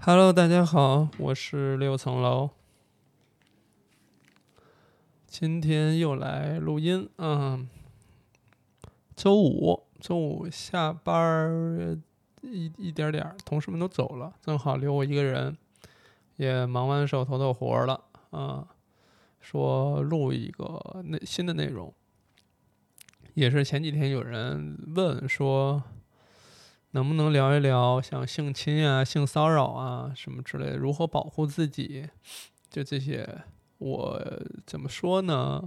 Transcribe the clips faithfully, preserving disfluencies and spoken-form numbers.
Hello，大家好，我是六层楼，今天又来录音。嗯，周五，周五下班儿一一点点儿，同事们都走了，正好留我一个人，也忙完手头的活儿了。啊、说录一个内新的内容，也是前几天有人问说，能不能聊一聊像性侵啊、性骚扰啊什么之类的，如何保护自己？就这些，我怎么说呢？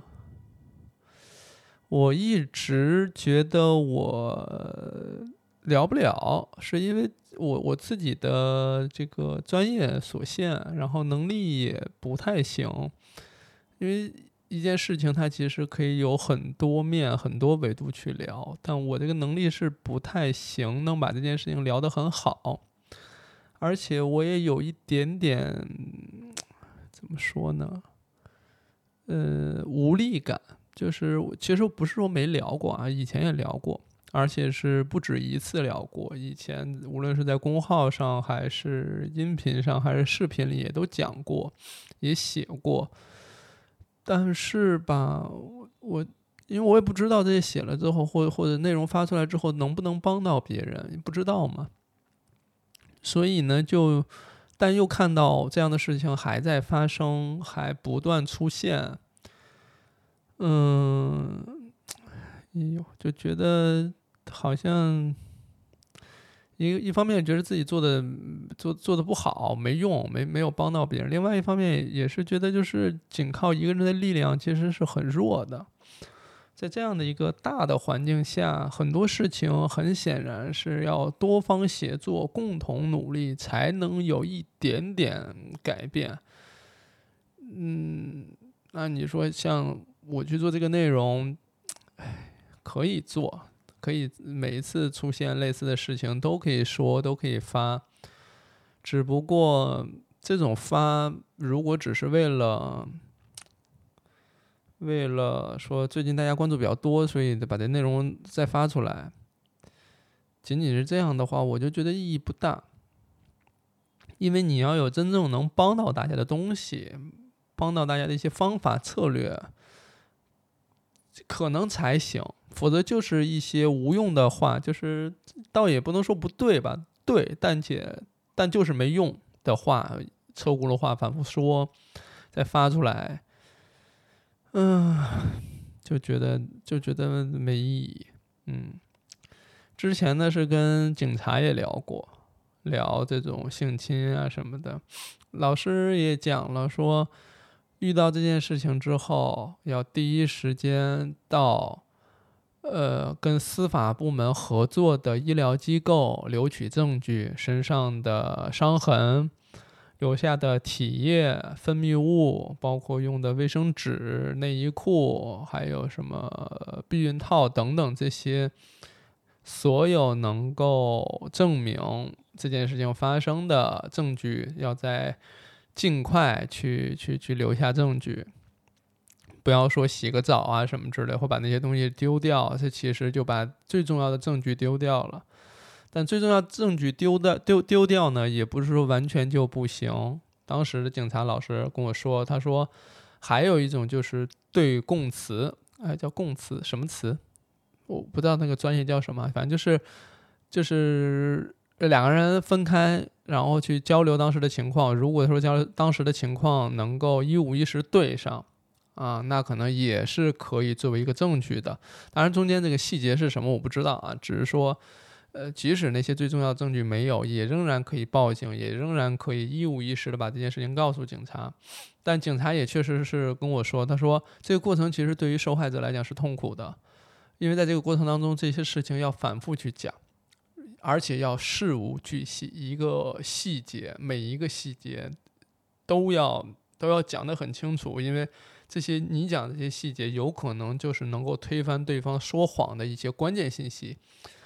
我一直觉得我聊不了，是因为我我自己的这个专业所限，然后能力也不太行。因为一件事情它其实可以有很多面、很多维度去聊，但我这个能力是不太行，能把这件事情聊得很好。而且我也有一点点怎么说呢？呃，无力感，就是其实不是说没聊过啊，以前也聊过，而且是不止一次聊过。以前无论是在公号上，还是音频上，还是视频里，也都讲过，也写过。但是吧，我因为我也不知道这些写了之后，或或者内容发出来之后，能不能帮到别人，不知道嘛。所以呢，就但又看到这样的事情还在发生，还不断出现，嗯，哎呦，就觉得好像一一方面觉得自己做的做做的不好，没用，没没有帮到别人；另外一方面也是觉得，就是仅靠一个人的力量其实是很弱的。在这样的一个大的环境下，很多事情很显然是要多方协作、共同努力，才能有一点点改变。嗯，那你说像我去做这个内容，可以做，可以每一次出现类似的事情都可以说，都可以发。只不过这种发，如果只是为了为了说最近大家关注比较多，所以把这内容再发出来，仅仅是这样的话，我就觉得意义不大。因为你要有真正能帮到大家的东西，帮到大家的一些方法策略，可能才行。否则就是一些无用的话，就是倒也不能说不对吧，对，但且但就是没用的话，车轱辘话反复说，再发出来，嗯，就觉得就觉得没意义。嗯，之前呢是跟警察也聊过，聊这种性侵啊什么的，老师也讲了说，遇到这件事情之后，要第一时间到呃跟司法部门合作的医疗机构留取证据，身上的伤痕、留下的体液、分泌物，包括用的卫生纸、内衣裤，还有什么避孕套等等这些，所有能够证明这件事情发生的证据，要在尽快去去去留下证据。不要说洗个澡啊什么之类，或把那些东西丢掉，这其实就把最重要的证据丢掉了。但最重要的证据丢的丢丢掉呢，也不是说完全就不行。当时的警察老师跟我说，他说还有一种就是对供词，哎，叫供词什么词？我不知道那个专业叫什么，反正就是就是两个人分开，然后去交流当时的情况。如果说交当时的情况能够一五一十对上，啊，那可能也是可以作为一个证据的。当然，中间这个细节是什么我不知道啊，只是说，呃，即使那些最重要的证据没有，也仍然可以报警，也仍然可以一五一十的把这件事情告诉警察。但警察也确实是跟我说，他说这个过程其实对于受害者来讲是痛苦的，因为在这个过程当中，这些事情要反复去讲，而且要事无巨细，一个细节每一个细节都要都要讲得很清楚，因为这些你讲的这些细节，有可能就是能够推翻对方说谎的一些关键信息。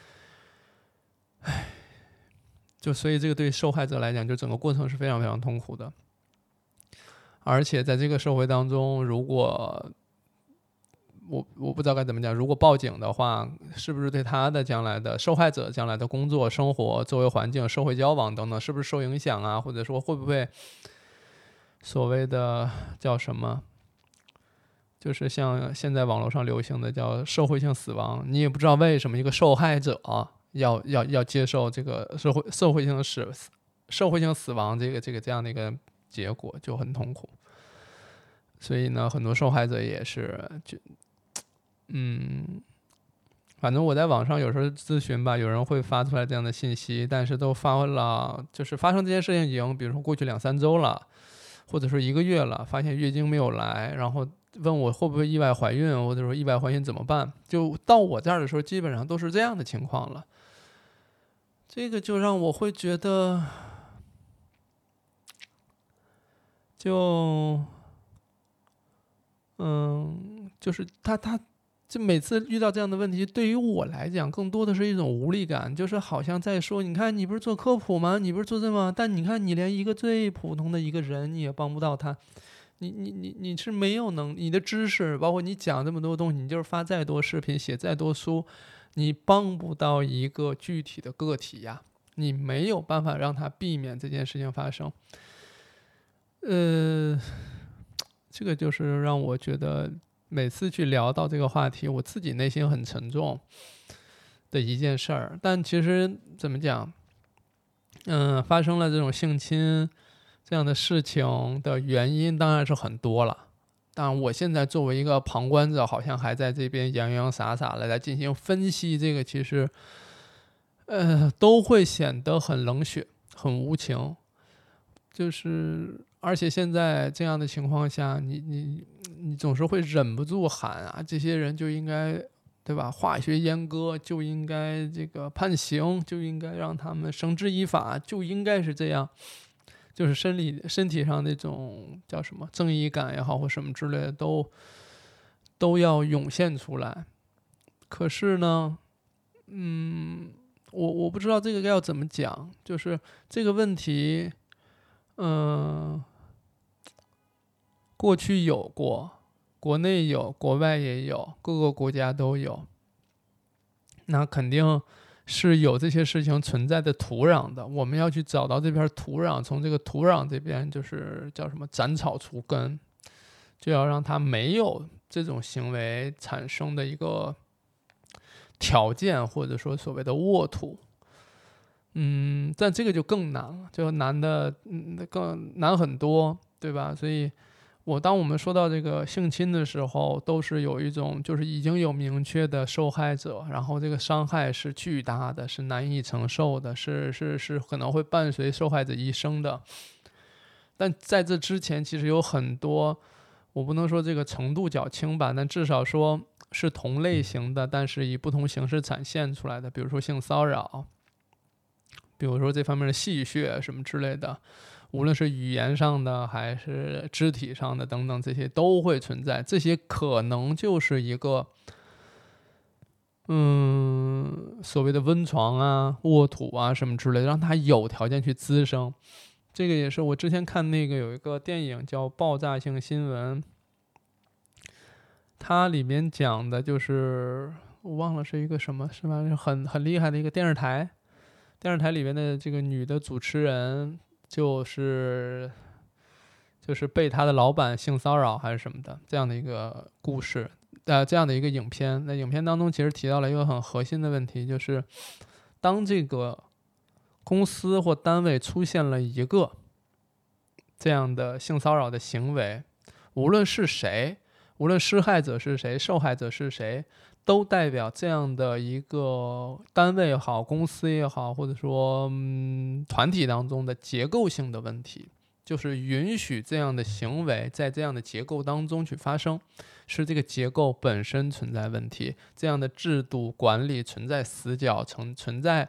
唉，就所以这个对受害者来讲，就整个过程是非常非常痛苦的。而且在这个社会当中，如果我我不知道该怎么讲，如果报警的话，是不是对他的将来的受害者将来的工作、生活、周围环境、社会交往等等，是不是受影响啊？或者说会不会所谓的叫什么？就是像现在网络上流行的叫社会性死亡，你也不知道为什么一个受害者要要要接受这个社会社会性死社会性死亡这个这个这样的一个结果，就很痛苦。所以呢，很多受害者也是就嗯，反正我在网上有时候咨询吧，有人会发出来这样的信息，但是都发了，就是发生这件事情已经，比如说过去两三周了，或者说一个月了，发现月经没有来，然后问我会不会意外怀孕，或者说意外怀孕怎么办？就到我这儿的时候，基本上都是这样的情况了。这个就让我会觉得，就，嗯，就是他他。就每次遇到这样的问题，对于我来讲，更多的是一种无力感，就是好像在说，你看你不是做科普吗？你不是做这么，但你看你连一个最普通的一个人，你也帮不到他，你你你你是没有能，你的知识，包括你讲这么多东西，你就是发再多视频，写再多书，你帮不到一个具体的个体呀，你没有办法让他避免这件事情发生。呃，这个就是让我觉得。每次去聊到这个话题，我自己内心很沉重的一件事儿。但其实怎么讲，嗯，发生了这种性侵这样的事情的原因当然是很多了。当然，我现在作为一个旁观者，好像还在这边洋洋洒洒的来进行分析，这个其实，呃，都会显得很冷血、很无情。就是，而且现在这样的情况下，你你。你总是会忍不住喊啊，这些人就应该，对吧？化学阉割就应该这个判刑，就应该让他们绳之以法，就应该是这样。就是生理身体上那种叫什么正义感也好，或什么之类的，都都要涌现出来。可是呢，嗯，我我不知道这个要怎么讲，就是这个问题，嗯、呃。过去有过，国内有，国外也有，各个国家都有。那肯定是有这些事情存在的土壤的。我们要去找到这片土壤，从这个土壤这边就是叫什么斩草除根，就要让它没有这种行为产生的一个条件，或者说所谓的沃土。嗯，但这个就更难了，就难的嗯更难很多，对吧？所以。我当我们说到这个性侵的时候，都是有一种就是已经有明确的受害者，然后这个伤害是巨大的，是难以承受的，是是是可能会伴随受害者一生的。但在这之前，其实有很多，我不能说这个程度较轻吧，但至少说是同类型的，但是以不同形式展现出来的，比如说性骚扰，比如说这方面的戏谑什么之类的。无论是语言上的还是肢体上的等等，这些都会存在。这些可能就是一个，嗯，所谓的温床啊、沃土啊什么之类的，让它有条件去滋生。这个也是我之前看那个有一个电影叫《爆炸性新闻》，它里面讲的就是我忘了是一个什么，是吧？很很厉害的一个电视台，电视台里面的这个女的主持人。就是就是被他的老板性骚扰还是什么的这样的一个故事，呃，这样的一个影片。那影片当中其实提到了一个很核心的问题，就是当这个公司或单位出现了一个这样的性骚扰的行为，无论是谁，无论施害者是谁，受害者是谁，都代表这样的一个单位也好，公司也好，或者说、嗯、团体当中的结构性的问题，就是允许这样的行为在这样的结构当中去发生，是这个结构本身存在问题，这样的制度管理存在死角，存存在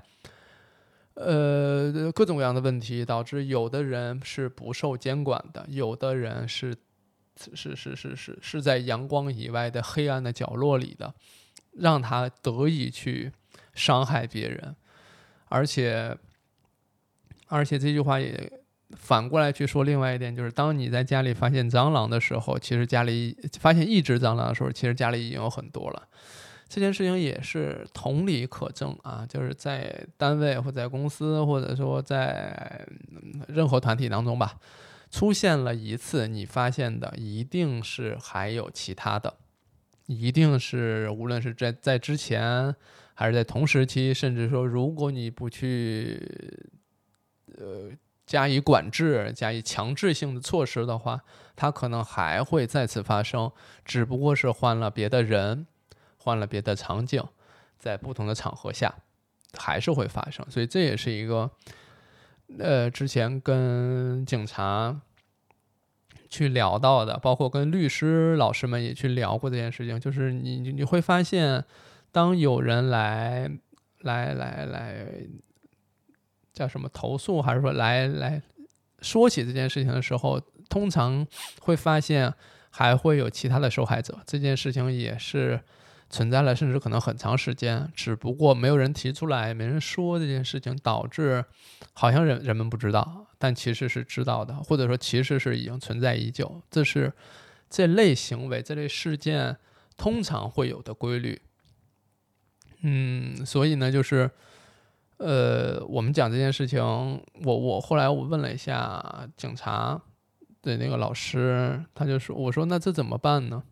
呃各种各样的问题，导致有的人是不受监管的，有的人是是是是是是在阳光以外的黑暗的角落里的。让他得以去伤害别人，而且，而且这句话也反过来去说另外一点，就是当你在家里发现蟑螂的时候，其实家里发现一只蟑螂的时候，其实家里已经有很多了。这件事情也是同理可证啊，就是在单位或在公司，或者说在任何团体当中吧，出现了一次，你发现的一定是还有其他的，一定是无论是在在之前还是在同时期，甚至说如果你不去呃加以管制、加以强制性的措施的话，它可能还会再次发生，只不过是换了别的人，换了别的场景，在不同的场合下还是会发生。所以这也是一个呃之前跟警察去聊到的，包括跟律师老师们也去聊过这件事情，就是你你会发现，当有人来来来来叫什么投诉，还是说来来说起这件事情的时候，通常会发现还会有其他的受害者，这件事情也是存在了，甚至可能很长时间，只不过没有人提出来，没人说这件事情，导致好像人人们不知道，但其实是知道的，或者说其实是已经存在已久。这是这类行为、这类事件通常会有的规律。嗯，所以呢，就是呃，我们讲这件事情，我我后来我问了一下警察的那个老师，他就说，我说那这怎么办呢？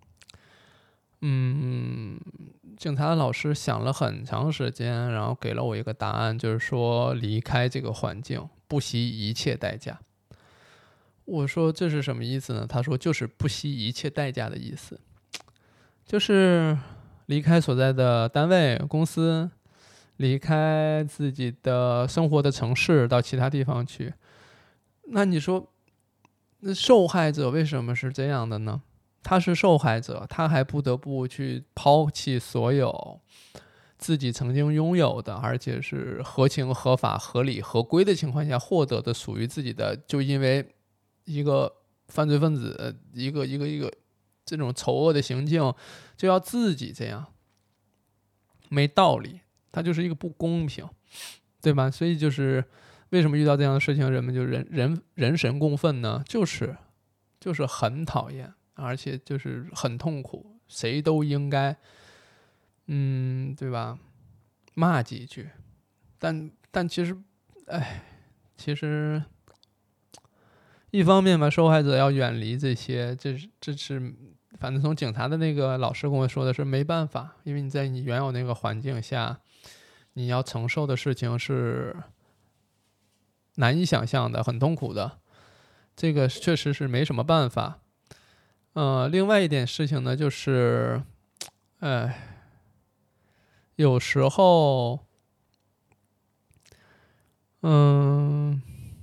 嗯，警察的老师想了很长时间，然后给了我一个答案，就是说离开这个环境，不惜一切代价。我说这是什么意思呢？他说就是不惜一切代价的意思，就是离开所在的单位、公司，离开自己的生活的城市，到其他地方去。那你说，那受害者为什么是这样的呢？他是受害者，他还不得不去抛弃所有自己曾经拥有的，而且是合情合法合理合规的情况下获得的属于自己的，就因为一个犯罪分子，一个一个一个这种丑恶的行径，就要自己这样，没道理，它就是一个不公平，对吧？所以就是为什么遇到这样的事情，人们就人人人神共愤呢？就是就是很讨厌，而且就是很痛苦，谁都应该，嗯，对吧？骂几句，但但其实，哎，其实一方面吧，受害者要远离这些，这是这是，反正从警察的那个老师跟我说的是没办法，因为你在你原有那个环境下，你要承受的事情是难以想象的，很痛苦的，这个确实是没什么办法。呃，另外一点事情呢，就是，哎，有时候，嗯。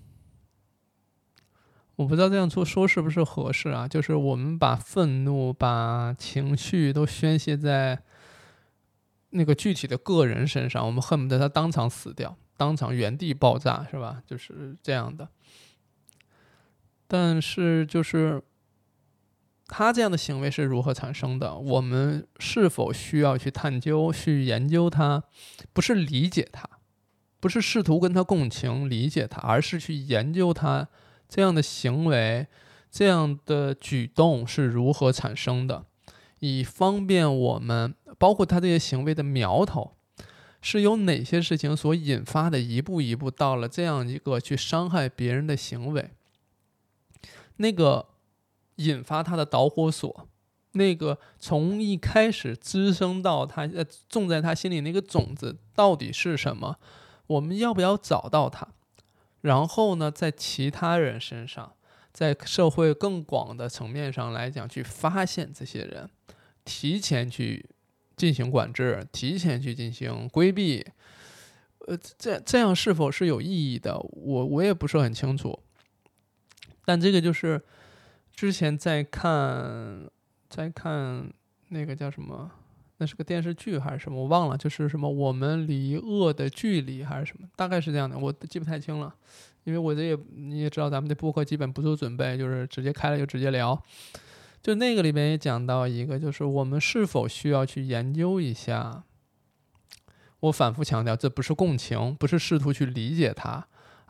我不知道这样做说是不是合适啊？就是我们把愤怒、把情绪都宣泄在那个具体的个人身上，我们恨不得他当场死掉，当场原地爆炸，是吧？就是这样的。但是，就是他这样的行为是如何产生的？我们是否需要去探究、去研究他？不是理解他，不是试图跟他共情、理解他，而是去研究他。这样的行为，这样的举动是如何产生的，以方便我们，包括他这些行为的苗头，是由哪些事情所引发的，一步一步到了这样一个去伤害别人的行为。那个引发他的导火索，那个从一开始滋生到他呃种在他心里那个种子到底是什么？我们要不要找到它？然后呢，在其他人身上，在社会更广的层面上来讲，去发现这些人，提前去进行管制，提前去进行规避，呃，这这样是否是有意义的？我我也不是很清楚。但这个就是之前在看，在看那个叫什么？那是个电视剧还是什么？我忘了，就是什么我们离恶的距离还是什么，大概是这样的，我记不太清了，因为我这也你也知道，咱们的播客基本不做准备，就是直接开了就直接聊。就那个里面也讲到一个，就是我们是否需要去研究一下。我反复强调，这不是共情，不是试图去理解它，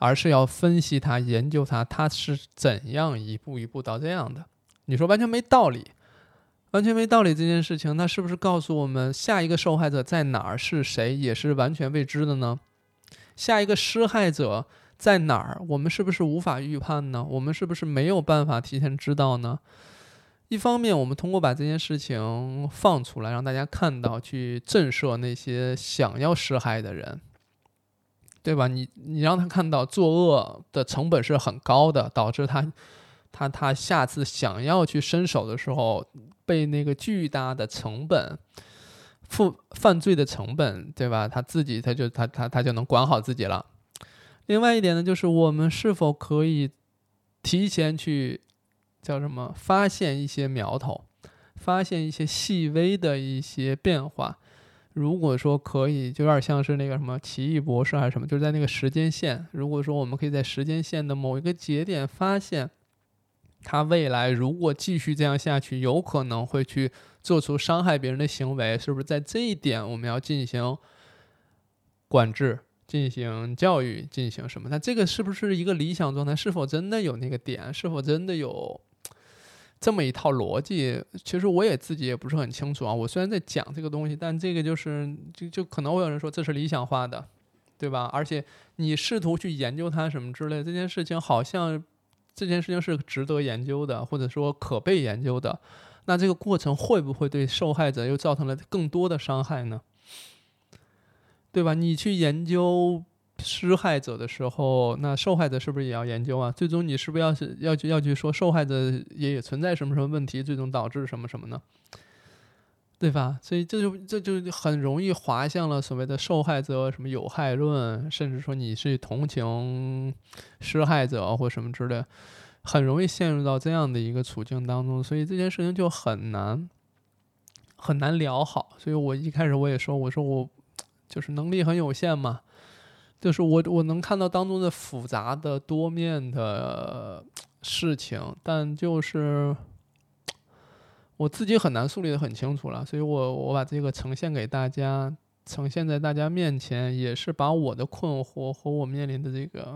而是要分析它、研究它，它是怎样一步一步到这样的。你说完全没道理，完全没道理这件事情，那是不是告诉我们下一个受害者在哪儿是谁也是完全未知的呢？下一个施害者在哪儿，我们是不是无法预判呢？我们是不是没有办法提前知道呢？一方面我们通过把这件事情放出来让大家看到，去震慑那些想要施害的人，对吧？你你让他看到作恶的成本是很高的，导致他他他下次想要去伸手的时候，被那个巨大的成本，负犯罪的成本，对吧？他自己他就他他他就能管好自己了。另外一点呢，就是我们是否可以提前去叫什么？发现一些苗头，发现一些细微的一些变化。如果说可以，就有点像是那个什么奇异博士还是什么，就是在那个时间线。如果说我们可以在时间线的某一个节点发现，他未来如果继续这样下去，有可能会去做出伤害别人的行为，是不是在这一点我们要进行管制？进行教育，进行什么？那这个是不是一个理想状态？是否真的有那个点？是否真的有这么一套逻辑？其实我也自己也不是很清楚啊。我虽然在讲这个东西，但这个就是就就可能会有人说这是理想化的，对吧？而且你试图去研究它什么之类，这件事情好像这件事情是值得研究的，或者说可被研究的。那这个过程会不会对受害者又造成了更多的伤害呢？对吧？你去研究施害者的时候，那受害者是不是也要研究啊？最终你是不是要是要去要去说受害者也存在什么什么问题，最终导致什么什么呢？对吧？所以这就这就很容易滑向了所谓的受害者什么有害论，甚至说你是同情施害者或什么之类，很容易陷入到这样的一个处境当中，所以这件事情就很难很难聊好。所以我一开始我也说，我说我。就是能力很有限嘛，就是我我能看到当中的复杂的多面的事情，但就是我自己很难梳理得很清楚了，所以我我把这个呈现给大家，呈现在大家面前，也是把我的困惑和我面临的这个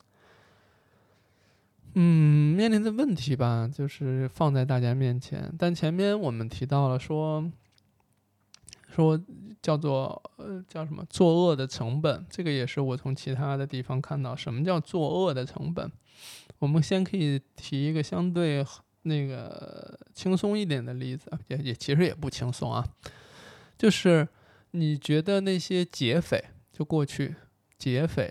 嗯面临的问题吧，就是放在大家面前。但前面我们提到了说。说叫做呃叫什么作恶的成本，这个也是我从其他的地方看到，什么叫作恶的成本？我们先可以提一个相对那个轻松一点的例子，也也其实也不轻松啊，就是你觉得那些劫匪，就过去劫匪，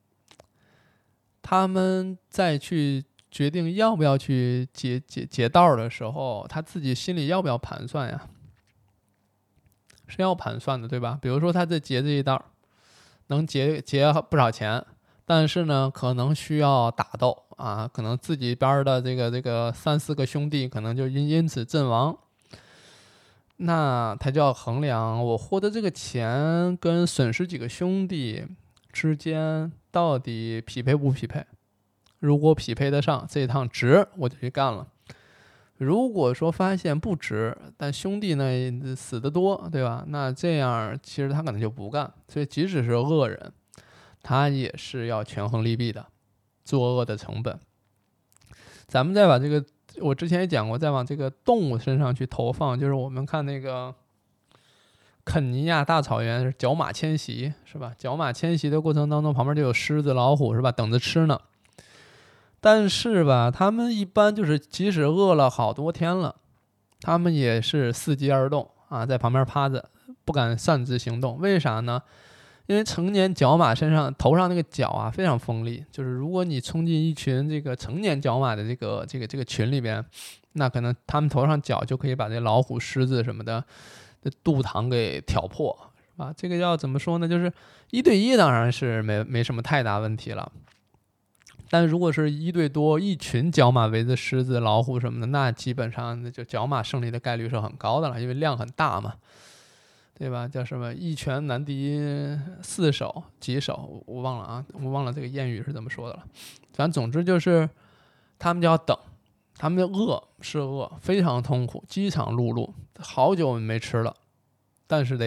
他们再去决定要不要去劫劫劫道的时候，他自己心里要不要盘算呀？是要盘算的，对吧？比如说他这劫这一道能劫劫不少钱，但是呢可能需要打斗啊，可能自己边的这个这个三四个兄弟可能就因因此阵亡，那他就要衡量我获得这个钱跟损失几个兄弟之间到底匹配不匹配。如果匹配得上，这一趟值，我就去干了。如果说发现不值，但兄弟呢死得多，对吧？那这样其实他可能就不干。所以即使是恶人，他也是要权衡利弊的，作恶的成本。咱们再把这个，我之前也讲过，再往这个动物身上去投放，就是我们看那个肯尼亚大草原角马迁徙，是吧？角马迁徙的过程当中，旁边就有狮子、老虎，是吧？等着吃呢。但是吧，他们一般就是即使饿了好多天了，他们也是伺机而动啊，在旁边趴着，不敢擅自行动。为啥呢？因为成年角马身上头上那个角啊非常锋利，就是如果你冲进一群这个成年角马的这个这个这个群里边，那可能他们头上角就可以把这老虎、狮子什么的的肚膛给挑破，是吧？这个要怎么说呢？就是一对一当然是没没什么太大问题了。但如果是一对多，一群角马围着狮子、老虎什么的，那基本上就角马胜利的概率是很高的了，因为量很大嘛，对吧？叫什么一拳难敌四手几手，我忘了啊，我忘了这个谚语是怎么说的了。反正总之就是他们就要等，他们的饿是饿，非常痛苦，饥肠辘辘，好久没吃了，但是得等。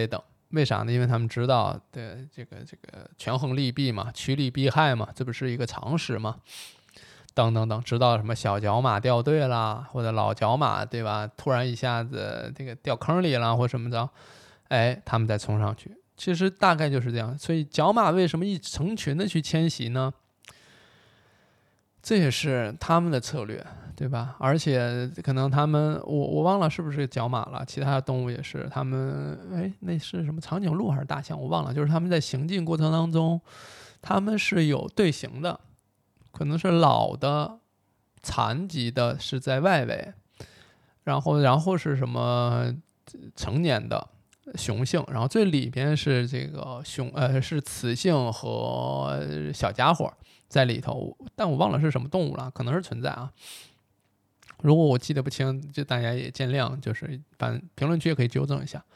为啥呢？因为他们知道的这个这个权衡利弊嘛，趋利避害嘛，这不是一个常识嘛？等等等，知道什么小角马掉队啦，或者老角马对吧？突然一下子这个掉坑里了或什么着，哎，他们再冲上去。其实大概就是这样。所以角马为什么一成群的去迁徙呢？这也是他们的策略，对吧？而且可能他们，我我忘了是不是角马了，其他的动物也是，他们，哎，那是什么长颈鹿还是大象？我忘了。就是他们在行进过程当中，他们是有队形的。可能是老的、残疾的是在外围，然后然后是什么成年的雄性，然后最里边是这个雄呃是雌性和小家伙在里头，但我忘了是什么动物了，可能是存在啊。如果我记得不清，就大家也见谅，就是反正评论区也可以纠正一下。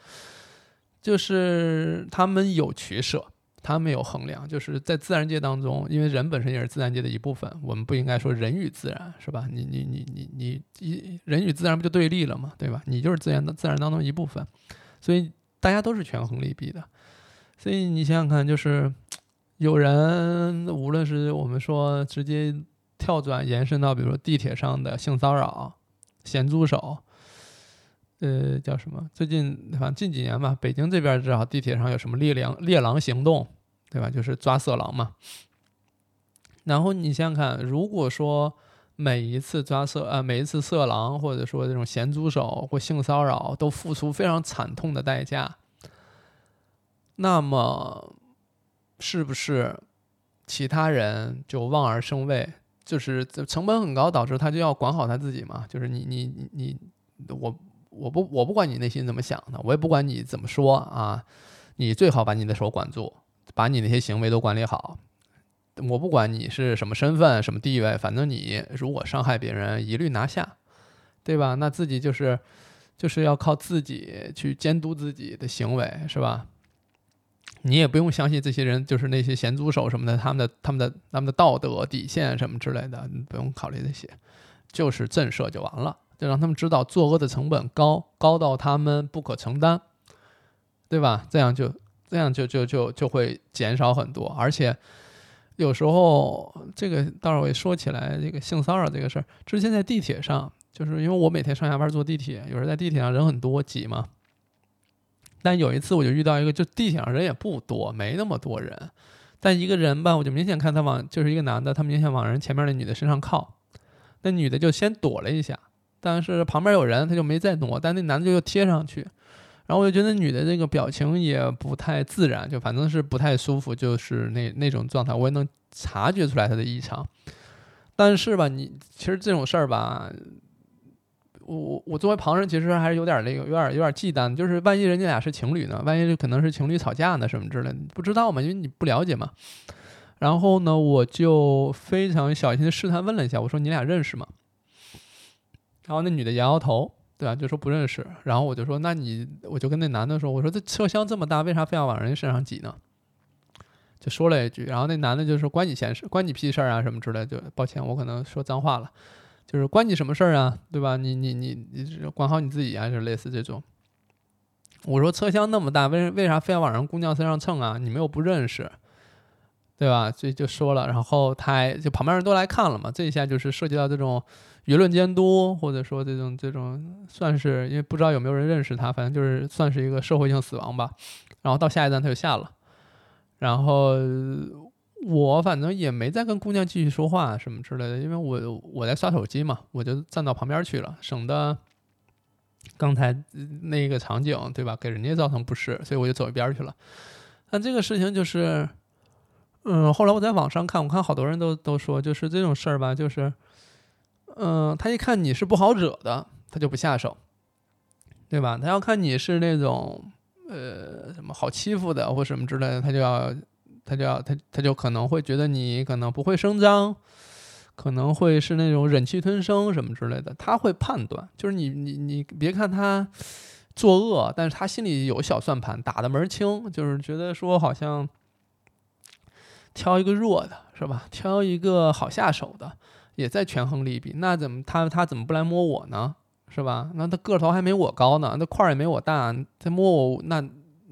就是他们有取舍。他没有衡量，就是在自然界当中，因为人本身也是自然界的一部分，我们不应该说人与自然，是吧？你你你你你，人与自然不就对立了吗？对吧？你就是自然的自然当中一部分，所以大家都是权衡利弊的。所以你想想看，就是有人无论是我们说直接跳转延伸到，比如说地铁上的性骚扰、咸猪手。呃，叫什么？最近反正近几年吧，北京这边至少地铁上有什么猎狼猎狼行动，对吧？就是抓色狼嘛。然后你想想看，如果说每一次抓色呃每一次色狼或者说这种咸猪手或性骚扰都付出非常惨痛的代价，那么是不是其他人就望而生畏？就是成本很高，导致他就要管好他自己嘛。就是你你你你我。我不我不管你内心怎么想的，我也不管你怎么说啊，你最好把你的手管住，把你那些行为都管理好。我不管你是什么身份什么地位，反正你如果伤害别人，一律拿下，对吧？那自己就是就是要靠自己去监督自己的行为，是吧？你也不用相信这些人，就是那些咸猪手什么的，他们的他们的他们的道德底线什么之类的，你不用考虑这些，就是震慑就完了。就让他们知道作恶的成本高，高到他们不可承担，对吧？这样就这样就就就就会减少很多。而且有时候这个到时候也说起来，这个性骚扰这个事儿，之前在地铁上，就是因为我每天上下班坐地铁，有时候在地铁上人很多挤嘛。但有一次我就遇到一个，就地铁上人也不多，没那么多人，但一个人吧，我就明显看他往就是一个男的，他明显往人前面的女的身上靠，那女的就先躲了一下。但是旁边有人，他就没再挪，但那男的就又贴上去，然后我就觉得女的这个表情也不太自然，就反正是不太舒服，就是那那种状态，我也能察觉出来他的异常。但是吧，你其实这种事儿吧，我我作为旁人，其实还是有点那个，有点有点忌惮，就是万一人家俩是情侣呢，万一可能是情侣吵架呢什么之类的，不知道嘛，因为你不了解嘛。然后呢，我就非常小心的试探问了一下，我说你俩认识吗？然后那女的摇摇头，对吧？就说不认识。然后我就说，那你，我就跟那男的说，我说这车厢这么大，为啥非要往人身上挤呢？就说了一句。然后那男的就说关你闲事，关你屁事啊什么之类的。就抱歉，我可能说脏话了，就是关你什么事儿啊，对吧？你你你你管好你自己啊，就类似这种。我说车厢那么大，为为啥非要往人姑娘身上蹭啊？你们又不认识。对吧？所以就说了，然后他还就旁边人都来看了嘛，这一下就是涉及到这种舆论监督，或者说这种这种算是，因为不知道有没有人认识他，反正就是算是一个社会性死亡吧。然后到下一站他就下了，然后我反正也没再跟姑娘继续说话什么之类的，因为我我在刷手机嘛，我就站到旁边去了，省得刚才那个场景对吧给人家造成不适，所以我就走一边去了。但这个事情就是。嗯，后来我在网上看，我看好多人都都说，就是这种事儿吧，就是，嗯，他一看你是不好惹的，他就不下手，对吧？他要看你是那种，呃，什么好欺负的或什么之类的，他就要，他就要，他他就可能会觉得你可能不会声张，可能会是那种忍气吞声什么之类的，他会判断，就是你你你别看他作恶，但是他心里有小算盘，打的门儿清，就是觉得说好像。挑一个弱的是吧？挑一个好下手的，也在权衡利弊。那怎么他他怎么不来摸我呢？是吧？那他个头还没我高呢，那块儿也没我大，他摸我那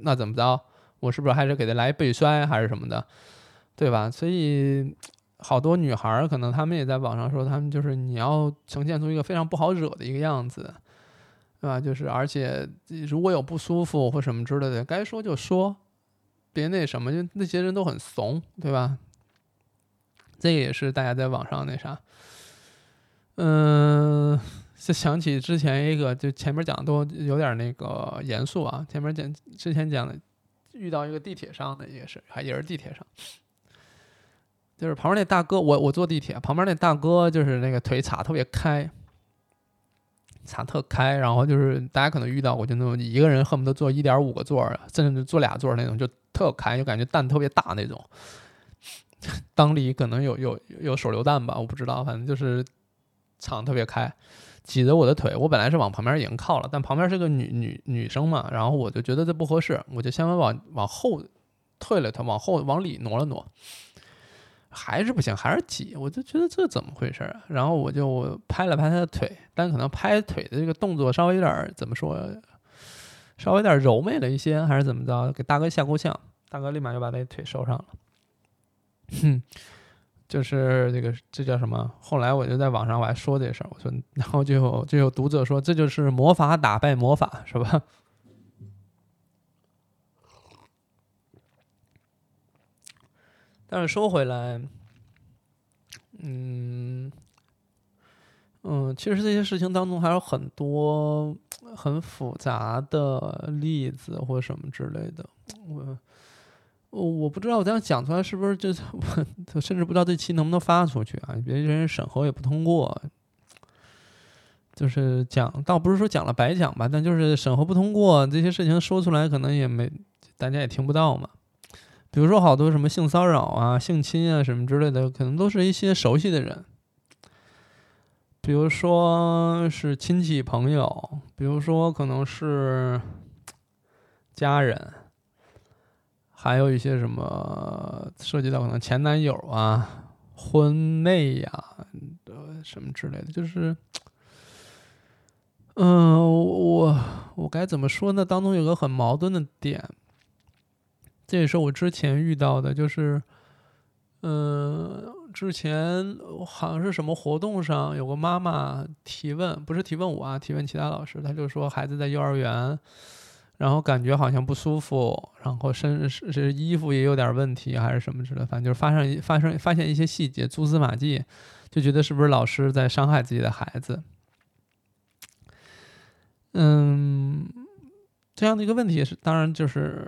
那怎么着？我是不是还是给他来背摔还是什么的，对吧？所以好多女孩可能她们也在网上说，她们就是你要呈现出一个非常不好惹的一个样子，对吧？就是而且如果有不舒服或什么之类的，该说就说，别那什么，就那些人都很怂，对吧？这个也是大家在网上那啥，嗯。就想起之前一个，就前面讲的都有点那个严肃啊。前面讲之前讲的，遇到一个地铁上的也是，还也是地铁上，就是旁边那大哥，我我坐地铁，旁边那大哥就是那个腿叉特别开，叉特开，然后就是大家可能遇到过，就那种一个人恨不得坐一点五个座儿，甚至坐俩座儿那种，就特开，就感觉蛋特别大那种。裆里可能有有有手榴弹吧，我不知道，反正就是场特别开。挤着我的腿，我本来是往旁边已经靠了，但旁边是个女女女生嘛，然后我就觉得这不合适，我就先往往后退了退，往后往里挪了挪，还是不行，还是挤，我就觉得这怎么回事啊？然后我就拍了拍她的腿，但可能拍腿的这个动作稍微有点怎么说，稍微有点柔媚了一些，还是怎么着，给大哥吓够呛，大哥立马就把那腿收上了，哼。就是这个，这叫什么？后来我就在网上我还说这事儿，我说，然后就有就有读者说，这就是魔法打败魔法，是吧？但是说回来，嗯嗯，其实这些事情当中还有很多很复杂的例子或什么之类的，我。我不知道我这样讲出来是不是就我甚至不知道这期能不能发出去啊？别人审核也不通过，就是讲倒不是说讲了白讲吧，但就是审核不通过，这些事情说出来可能也没大家也听不到嘛。比如说好多什么性骚扰啊、性侵啊什么之类的，可能都是一些熟悉的人，比如说是亲戚朋友，比如说可能是家人。还有一些什么涉及到可能前男友啊、婚妹呀、啊、什么之类的，就是，嗯、呃，我我该怎么说呢？当中有个很矛盾的点，这也是我之前遇到的，就是，嗯、呃，之前好像是什么活动上有个妈妈提问，不是提问我啊，提问其他老师，他就说孩子在幼儿园。然后感觉好像不舒服，然后身是衣服也有点问题，还是什么之类的，反正就是发生发生发现一些细节蛛丝马迹，就觉得是不是老师在伤害自己的孩子？嗯，这样的一个问题是，当然就是，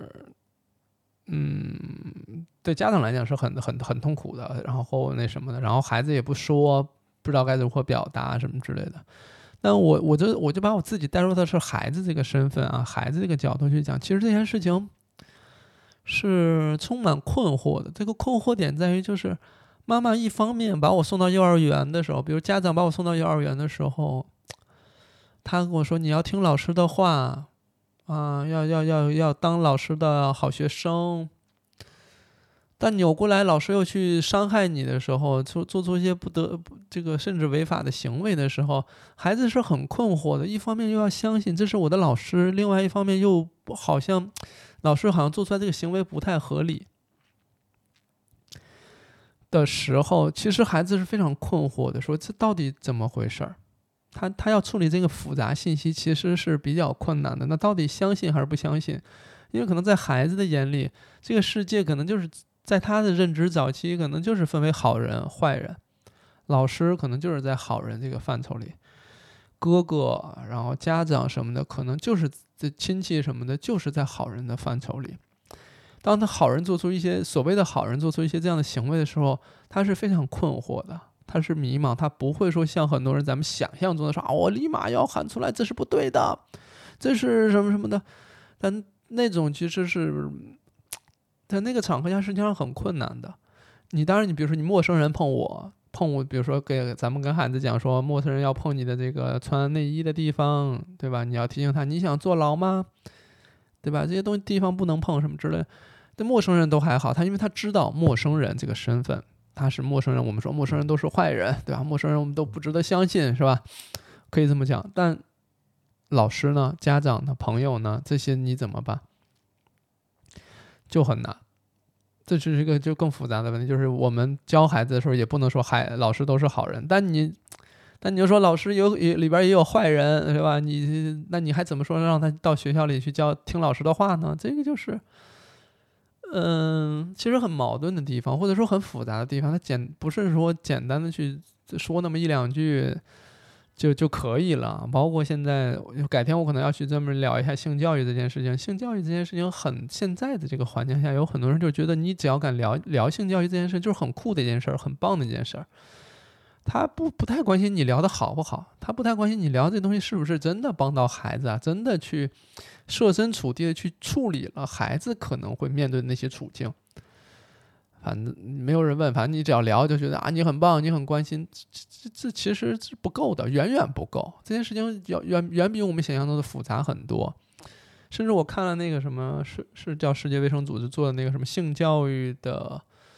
嗯，对家长来讲是很很很痛苦的，然后那什么的，然后孩子也不说，不知道该如何表达什么之类的。但我我就我就把我自己带入的是孩子这个身份啊，孩子这个角度去讲，其实这件事情是充满困惑的。这个困惑点在于，就是妈妈一方面把我送到幼儿园的时候，比如家长把我送到幼儿园的时候，他跟我说你要听老师的话啊，要要要要当老师的好学生。但扭过来，老师又去伤害你的时候，做做出一些不得这个甚至违法的行为的时候，孩子是很困惑的。一方面又要相信这是我的老师，另外一方面又好像老师好像做出来这个行为不太合理的时候，其实孩子是非常困惑的，说这到底怎么回事儿？他他要处理这个复杂信息，其实是比较困难的。那到底相信还是不相信？因为可能在孩子的眼里，这个世界可能就是。在他的认知早期，可能就是分为好人、坏人，老师可能就是在好人这个范畴里，哥哥，然后家长什么的，可能就是这亲戚什么的，就是在好人的范畴里。当他好人做出一些所谓的好人做出一些这样的行为的时候，他是非常困惑的，他是迷茫，他不会说像很多人咱们想象中的说啊，我立马要喊出来，这是不对的，这是什么什么的，但那种其实是。在那个场合下实际上很困难的。你当然，你比如说你陌生人碰我，碰我，比如说给咱们跟孩子讲说，陌生人要碰你的这个穿内衣的地方，对吧？你要提醒他，你想坐牢吗？对吧？这些东西地方不能碰什么之类的。对陌生人都还好，他因为他知道陌生人这个身份，他是陌生人。我们说陌生人都是坏人，对吧？陌生人我们都不值得相信，是吧？可以这么讲。但老师呢？家长呢？朋友呢？这些你怎么办？ 就很难。这是一个就更复杂的问题，就是我们教孩子的时候也不能说孩老师都是好人，但你但你就说老师有也里边也有坏人，是吧？你那你还怎么说让他到学校里去教听老师的话呢？这个就是嗯，其实很矛盾的地方，或者说很复杂的地方。它简不是说简单的去说那么一两句就就可以了。包括现在，改天我可能要去专门聊一下性教育这件事情。性教育这件事情很现在的这个环境下，有很多人就觉得你只要敢聊聊性教育这件事，就是很酷的一件事，很棒的一件事。他不不太关心你聊的好不好，他不太关心你聊这东西是不是真的帮到孩子啊，真的去设身处地的去处理了孩子可能会面对的那些处境。反正没有人问，反正你只要聊就觉得啊你很棒，你很关心，这这这其实是不够的，远远不够。这件事情要远远比我们想象中的复杂很多。甚至我看了那个什么是是叫世界卫生组织做的那个什么性教育的。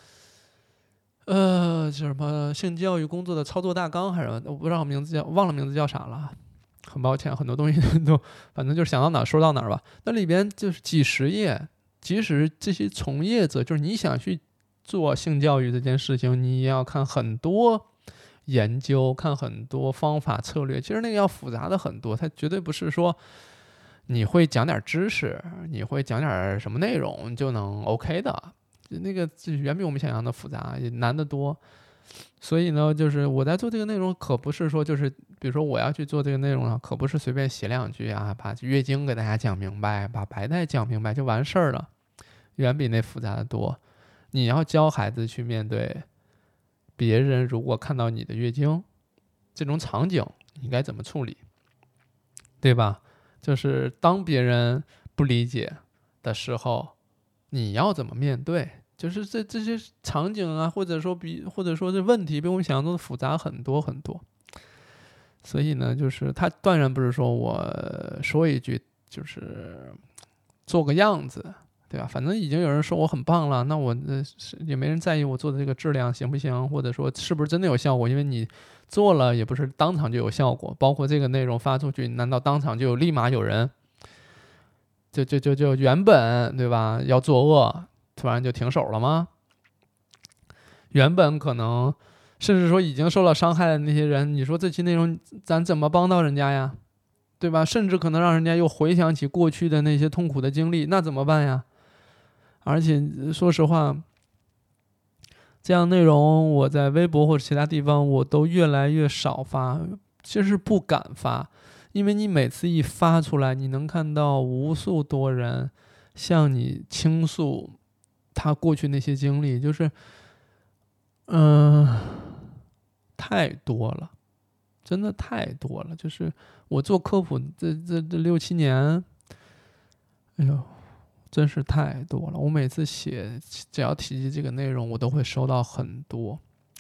呃，叫什么性教育工作的操作大纲还是我不知道名字叫忘了名字叫啥了，很抱歉，很多东西都反正就是想到哪儿说到哪儿吧。那里边就是几十页，即使这些从业者，就是你想去做性教育这件事情，你也要看很多研究，看很多方法策略，其实那个要复杂的很多，它绝对不是说你会讲点知识，你会讲点什么内容就能 OK 的。那个远比我们想象的复杂，也难得多。所以呢，就是我在做这个内容，可不是说就是比如说我要去做这个内容啊，可不是随便写两句啊，把月经给大家讲明白，把白带讲明白就完事儿了，远比那复杂的多。你要教孩子去面对别人如果看到你的月经这种场景，你该怎么处理，对吧？就是当别人不理解的时候，你要怎么面对？就是这这些场景啊，或者说比或者说这问题比我们想象中的复杂很多很多。所以呢，就是他当然不是说我说一句就是做个样子，对吧？反正已经有人说我很棒了，那我呃也没人在意我做的这个质量行不行，或者说是不是真的有效果？因为你做了也不是当场就有效果，包括这个内容发出去，难道当场就有立马有人就就就就原本对吧要作恶，突然就停手了吗？原本可能甚至说已经受了伤害的那些人，你说这期内容咱怎么帮到人家呀？对吧？甚至可能让人家又回想起过去的那些痛苦的经历，那怎么办呀？而且说实话，这样内容我在微博或者其他地方我都越来越少发，其实是不敢发，因为你每次一发出来，你能看到无数多人向你倾诉他过去那些经历，就是嗯、呃，太多了，真的太多了。就是我做科普这这这六七年，哎呦，真是太多了。我每次写，只要提及这个内容，我都会收到很多。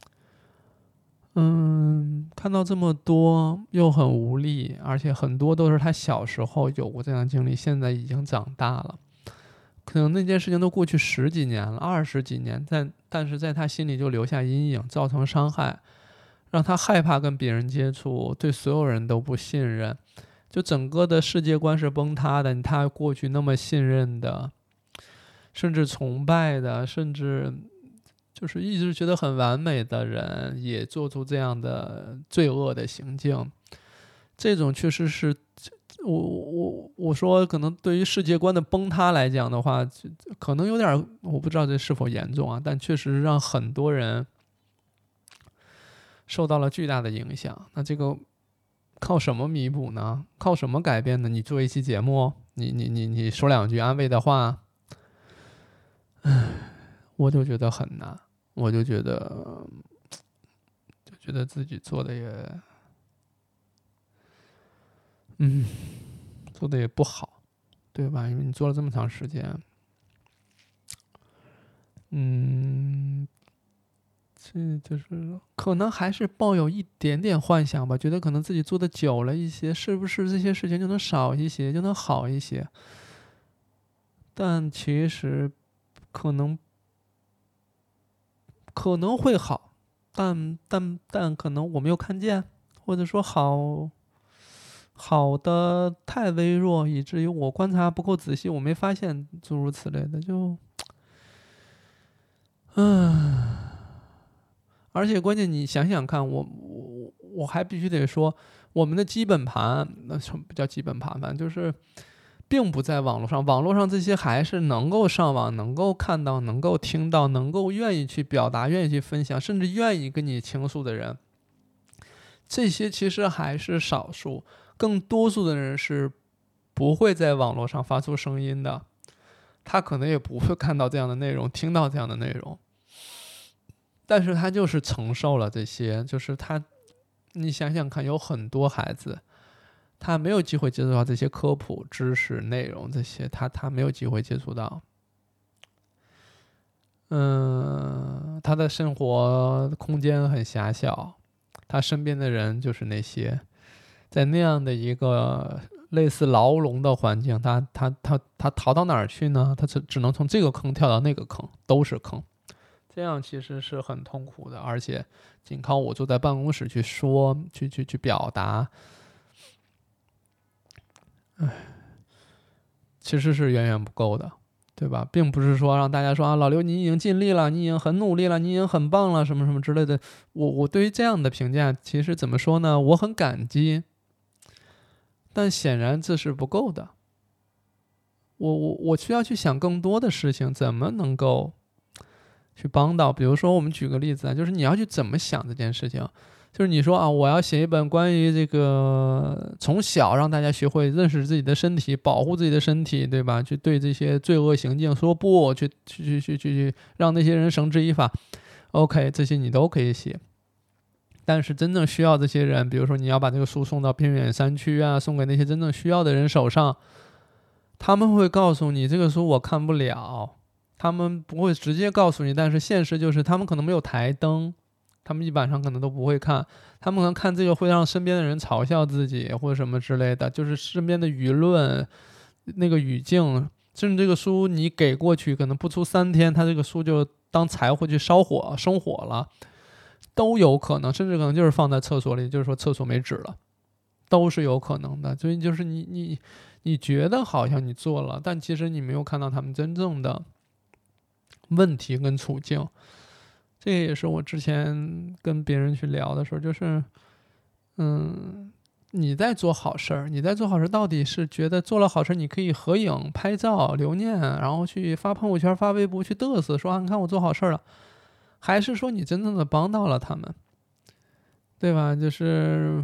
嗯，看到这么多又很无力，而且很多都是他小时候有过这样的经历，现在已经长大了，可能那件事情都过去十几年了，二十几年，但但是在他心里就留下阴影，造成伤害，让他害怕跟别人接触，对所有人都不信任，就整个的世界观是崩塌的。他过去那么信任的，甚至崇拜的，甚至就是一直觉得很完美的人，也做出这样的罪恶的行径，这种确实是我我我说可能对于世界观的崩塌来讲的话，可能有点我不知道这是否严重啊，但确实让很多人受到了巨大的影响。那这个靠什么弥补呢？靠什么改变呢？你做一期节目，你你你你说两句安慰的话，唉，我就觉得很难，我就觉得就觉得自己做的也嗯做的也不好，对吧？因为你做了这么长时间，嗯，这就是可能还是抱有一点点幻想吧，觉得可能自己做的久了一些，是不是这些事情就能少一些，就能好一些？但其实可能可能会好，但但但可能我没有看见，或者说好好的太微弱，以至于我观察不够仔细，我没发现，诸如此类的，就而且关键你想想看，我我我还必须得说，我们的基本盘，那什么不叫基本盘，反正就是并不在网络上，网络上这些还是能够上网、能够看到、能够听到、能够愿意去表达、愿意去分享，甚至愿意跟你倾诉的人，这些其实还是少数，更多数的人是不会在网络上发出声音的，他可能也不会看到这样的内容，听到这样的内容，但是他就是承受了这些，就是他，你想想看，有很多孩子，他没有机会接触到这些科普知识内容，这些他他没有机会接触到。嗯，他的生活空间很狭小，他身边的人就是那些，在那样的一个类似牢笼的环境，他他他他逃到哪儿去呢？他只只能从这个坑跳到那个坑，都是坑。这样其实是很痛苦的，而且仅靠我坐在办公室去说、去去去表达，唉，其实是远远不够的，对吧？并不是说让大家说啊，老刘你已经尽力了，你已经很努力了，你已经很棒了，什么什么之类的。我我对于这样的评价，其实怎么说呢？我很感激，但显然这是不够的。我我我需要去想更多的事情，怎么能够去帮到，比如说我们举个例子啊，就是你要去怎么想这件事情，就是你说啊，我要写一本关于这个从小让大家学会认识自己的身体，保护自己的身体，对吧？去对这些罪恶行径说不，去去去去去让那些人绳之以法。OK， 这些你都可以写，但是真正需要这些人，比如说你要把这个书送到偏远山区啊，送给那些真正需要的人手上，他们会告诉你这个书我看不了。他们不会直接告诉你，但是现实就是他们可能没有台灯，他们一晚上可能都不会看，他们可能看这个会让身边的人嘲笑自己或者什么之类的，就是身边的舆论那个语境，甚至这个书你给过去可能不出三天，他这个书就当柴火去烧火生火了，都有可能，甚至可能就是放在厕所里，就是说厕所没纸了，都是有可能的。所以就是你你你觉得好像你做了，但其实你没有看到他们真正的问题跟处境。这也是我之前跟别人去聊的时候，就是嗯，你在做好事儿，你在做好事到底是觉得做了好事你可以合影拍照留念，然后去发朋友圈发微博去嘚瑟说啊你看我做好事了，还是说你真正的帮到了他们，对吧？就是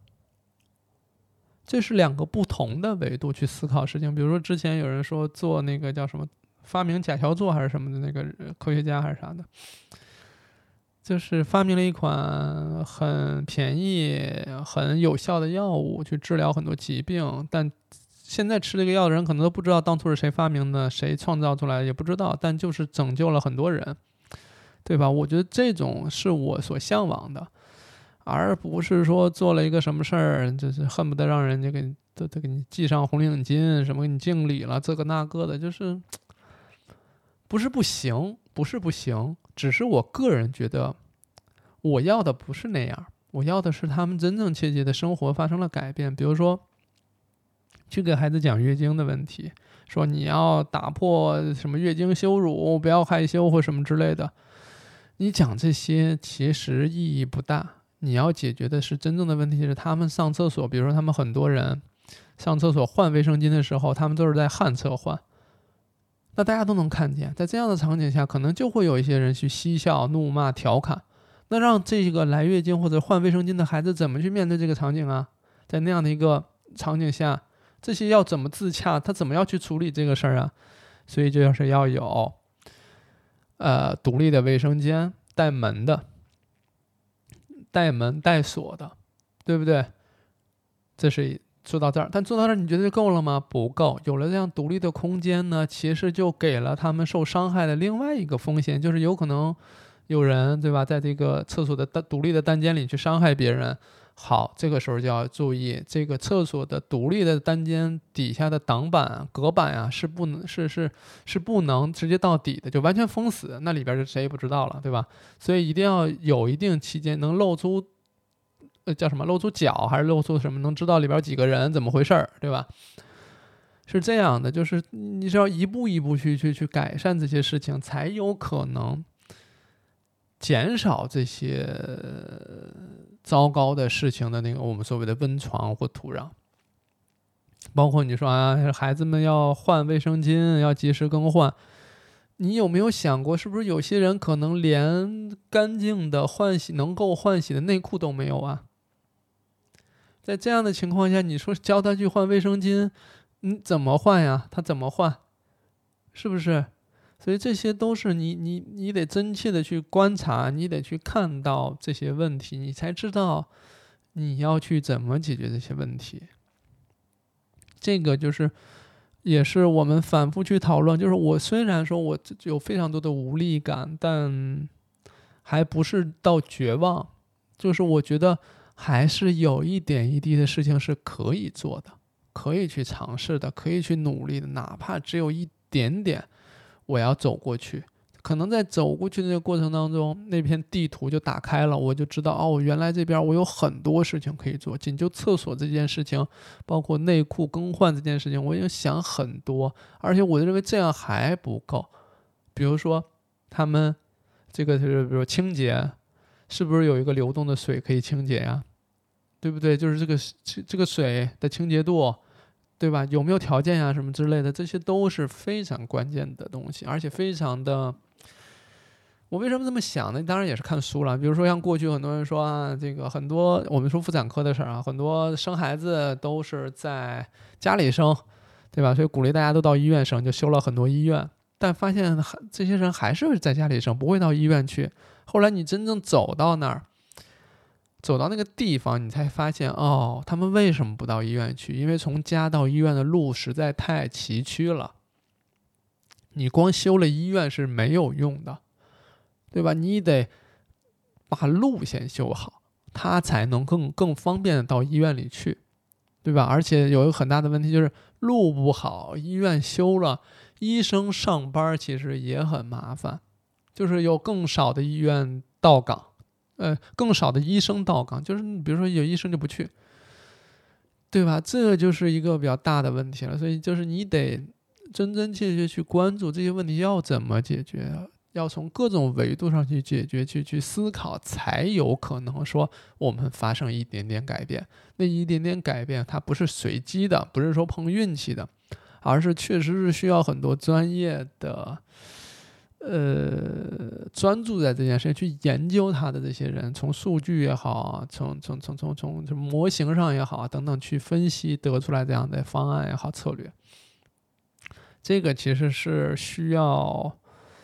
这是两个不同的维度去思考事情。比如说之前有人说做那个叫什么发明甲壳座还是什么的那个科学家还是啥的，就是发明了一款很便宜很有效的药物去治疗很多疾病，但现在吃这个药的人可能都不知道当初是谁发明的，谁创造出来也不知道，但就是拯救了很多人，对吧？我觉得这种是我所向往的，而不是说做了一个什么事儿，就是恨不得让人家给都都给你系上红领巾，什么给你敬礼了，这个那个的，就是不是不行，不是不行，只是我个人觉得，我要的不是那样，我要的是他们真正切切的生活发生了改变。比如说，去给孩子讲月经的问题，说你要打破什么月经羞辱，不要害羞或什么之类的。你讲这些其实意义不大，你要解决的是真正的问题，是他们上厕所，比如说他们很多人上厕所换卫生巾的时候，他们都是在旱厕换。那大家都能看见，在这样的场景下，可能就会有一些人去嬉笑、怒骂、调侃。那让这个来月经或者换卫生巾的孩子怎么去面对这个场景啊？在那样的一个场景下，这些要怎么自洽？他怎么要去处理这个事儿啊？所以就是要有，呃，独立的卫生间，带门的，带门带锁的，对不对？这是做到这儿，但做到这儿你觉得就够了吗？不够。有了这样独立的空间呢，其实就给了他们受伤害的另外一个风险，就是有可能有人，对吧，在这个厕所的独立的单间里去伤害别人。好，这个时候就要注意，这个厕所的独立的单间底下的挡板、隔板啊，是不能是是是不能直接到底的，就完全封死，那里边就谁也不知道了，对吧？所以一定要有一定期间能露出。呃，叫什么？露出脚还是露出什么？能知道里边几个人，怎么回事儿，对吧？是这样的，就是你是要一步一步去去去改善这些事情，才有可能减少这些糟糕的事情的那个我们所谓的温床或土壤。包括你说啊，孩子们要换卫生巾，要及时更换。你有没有想过，是不是有些人可能连干净的换洗能够换洗的内裤都没有啊？在这样的情况下，你说教他去换卫生巾，你怎么换呀？他怎么换？是不是？所以这些都是你你你得真切的去观察，你得去看到这些问题，你才知道你要去怎么解决这些问题。这个就是也是我们反复去讨论，就是我虽然说我有非常多的无力感，但还不是到绝望，就是我觉得还是有一点一滴的事情是可以做的，可以去尝试的，可以去努力的，哪怕只有一点点，我要走过去。可能在走过去的那个过程当中，那片地图就打开了，我就知道哦，原来这边我有很多事情可以做。仅就厕所这件事情，包括内裤更换这件事情，我已经想很多，而且我认为这样还不够。比如说，他们这个是，比如说清洁，是不是有一个流动的水可以清洁呀？对不对？就是这个这个水的清洁度，对吧？有没有条件呀？什么之类的，这些都是非常关键的东西，而且非常的。我为什么这么想呢？当然也是看书了。比如说像过去很多人说啊，这个很多我们说妇产科的事儿啊，很多生孩子都是在家里生，对吧？所以鼓励大家都到医院生，就修了很多医院。但发现这些人还是在家里生，不会到医院去。后来你真正走到那儿，走到那个地方，你才发现哦，他们为什么不到医院去？因为从家到医院的路实在太崎岖了，你光修了医院是没有用的。对吧？你得把路先修好，他才能更更方便的到医院里去，对吧？而且有一个很大的问题就是路不好，医院修了，医生上班其实也很麻烦，就是有更少的医院到岗，呃，更少的医生到岗，就是比如说有医生就不去，对吧？这就是一个比较大的问题了。所以就是你得真真切切去关注这些问题要怎么解决。要从各种维度上去解决，去去思考，才有可能说我们发生一点点改变。那一点点改变，它不是随机的，不是说碰运气的，而是确实是需要很多专业的，呃，专注在这件事情去研究它的这些人，从数据也好，从从从从从从模型上也好等等去分析，得出来这样的方案也好，策略。这个其实是需要。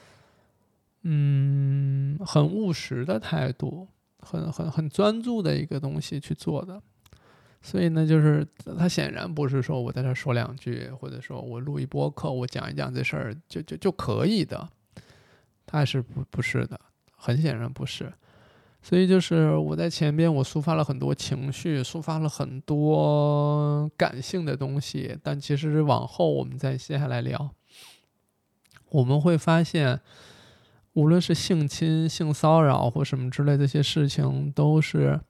嗯，很务实的态度，很很很专注的一个东西去做的。所以呢，就是他显然不是说我在这说两句，或者说我录一播客，我讲一讲这事儿就就就可以的，他是不不是的，很显然不是。所以就是我在前边我抒发了很多情绪，抒发了很多感性的东西，但其实往后我们再接下来聊，我们会发现。无论是性侵、性骚扰或什么之类的这些事情，都是，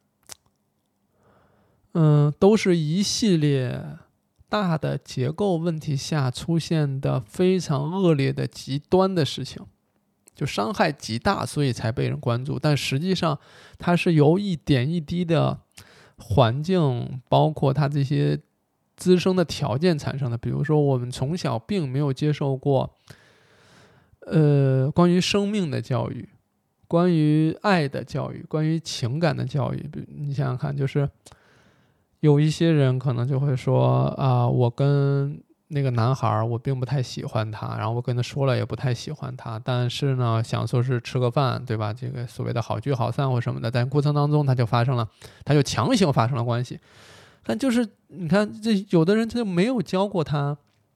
嗯，都是一系列大的结构问题下出现的非常恶劣的极端的事情，就伤害极大，所以才被人关注。但实际上，它是由一点一滴的环境，包括它这些滋生的条件产生的。比如说，我们从小并没有接受过。呃，关于生命的教育，关于爱的教育，关于情感的教育，你想想看，就是有一些人可能就会说啊、呃，我跟那个男孩我并不太喜欢他，然后我跟他说了也不太喜欢他，但是呢，想说是吃个饭，对吧？这个所谓的好聚好散或什么的，但过程当中他就发生了，他就强行发生了关系。但就是你看，这有的人他就没有教过他，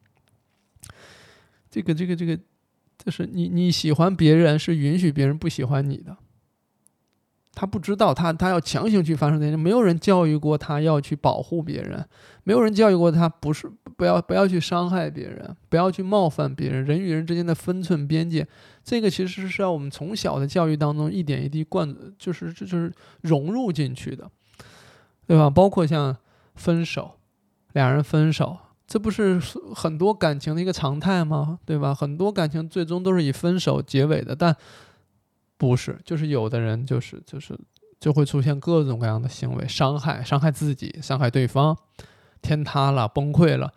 这个这个这个。就是你你喜欢别人是允许别人不喜欢你的，他不知道他他要强行去发生这些，没有人教育过他要去保护别人，没有人教育过他不是不要不要去伤害别人，不要去冒犯别人，人与人之间的分寸边界，这个其实是要我们从小的教育当中一点一滴灌，就是就是融入进去的，对吧？包括像分手，两人分手。这不是很多感情的一个常态吗？对吧？很多感情最终都是以分手结尾的，但不是，就是有的人就是就是就会出现各种各样的行为，伤害伤害自己，伤害对方，天塌了，崩溃了。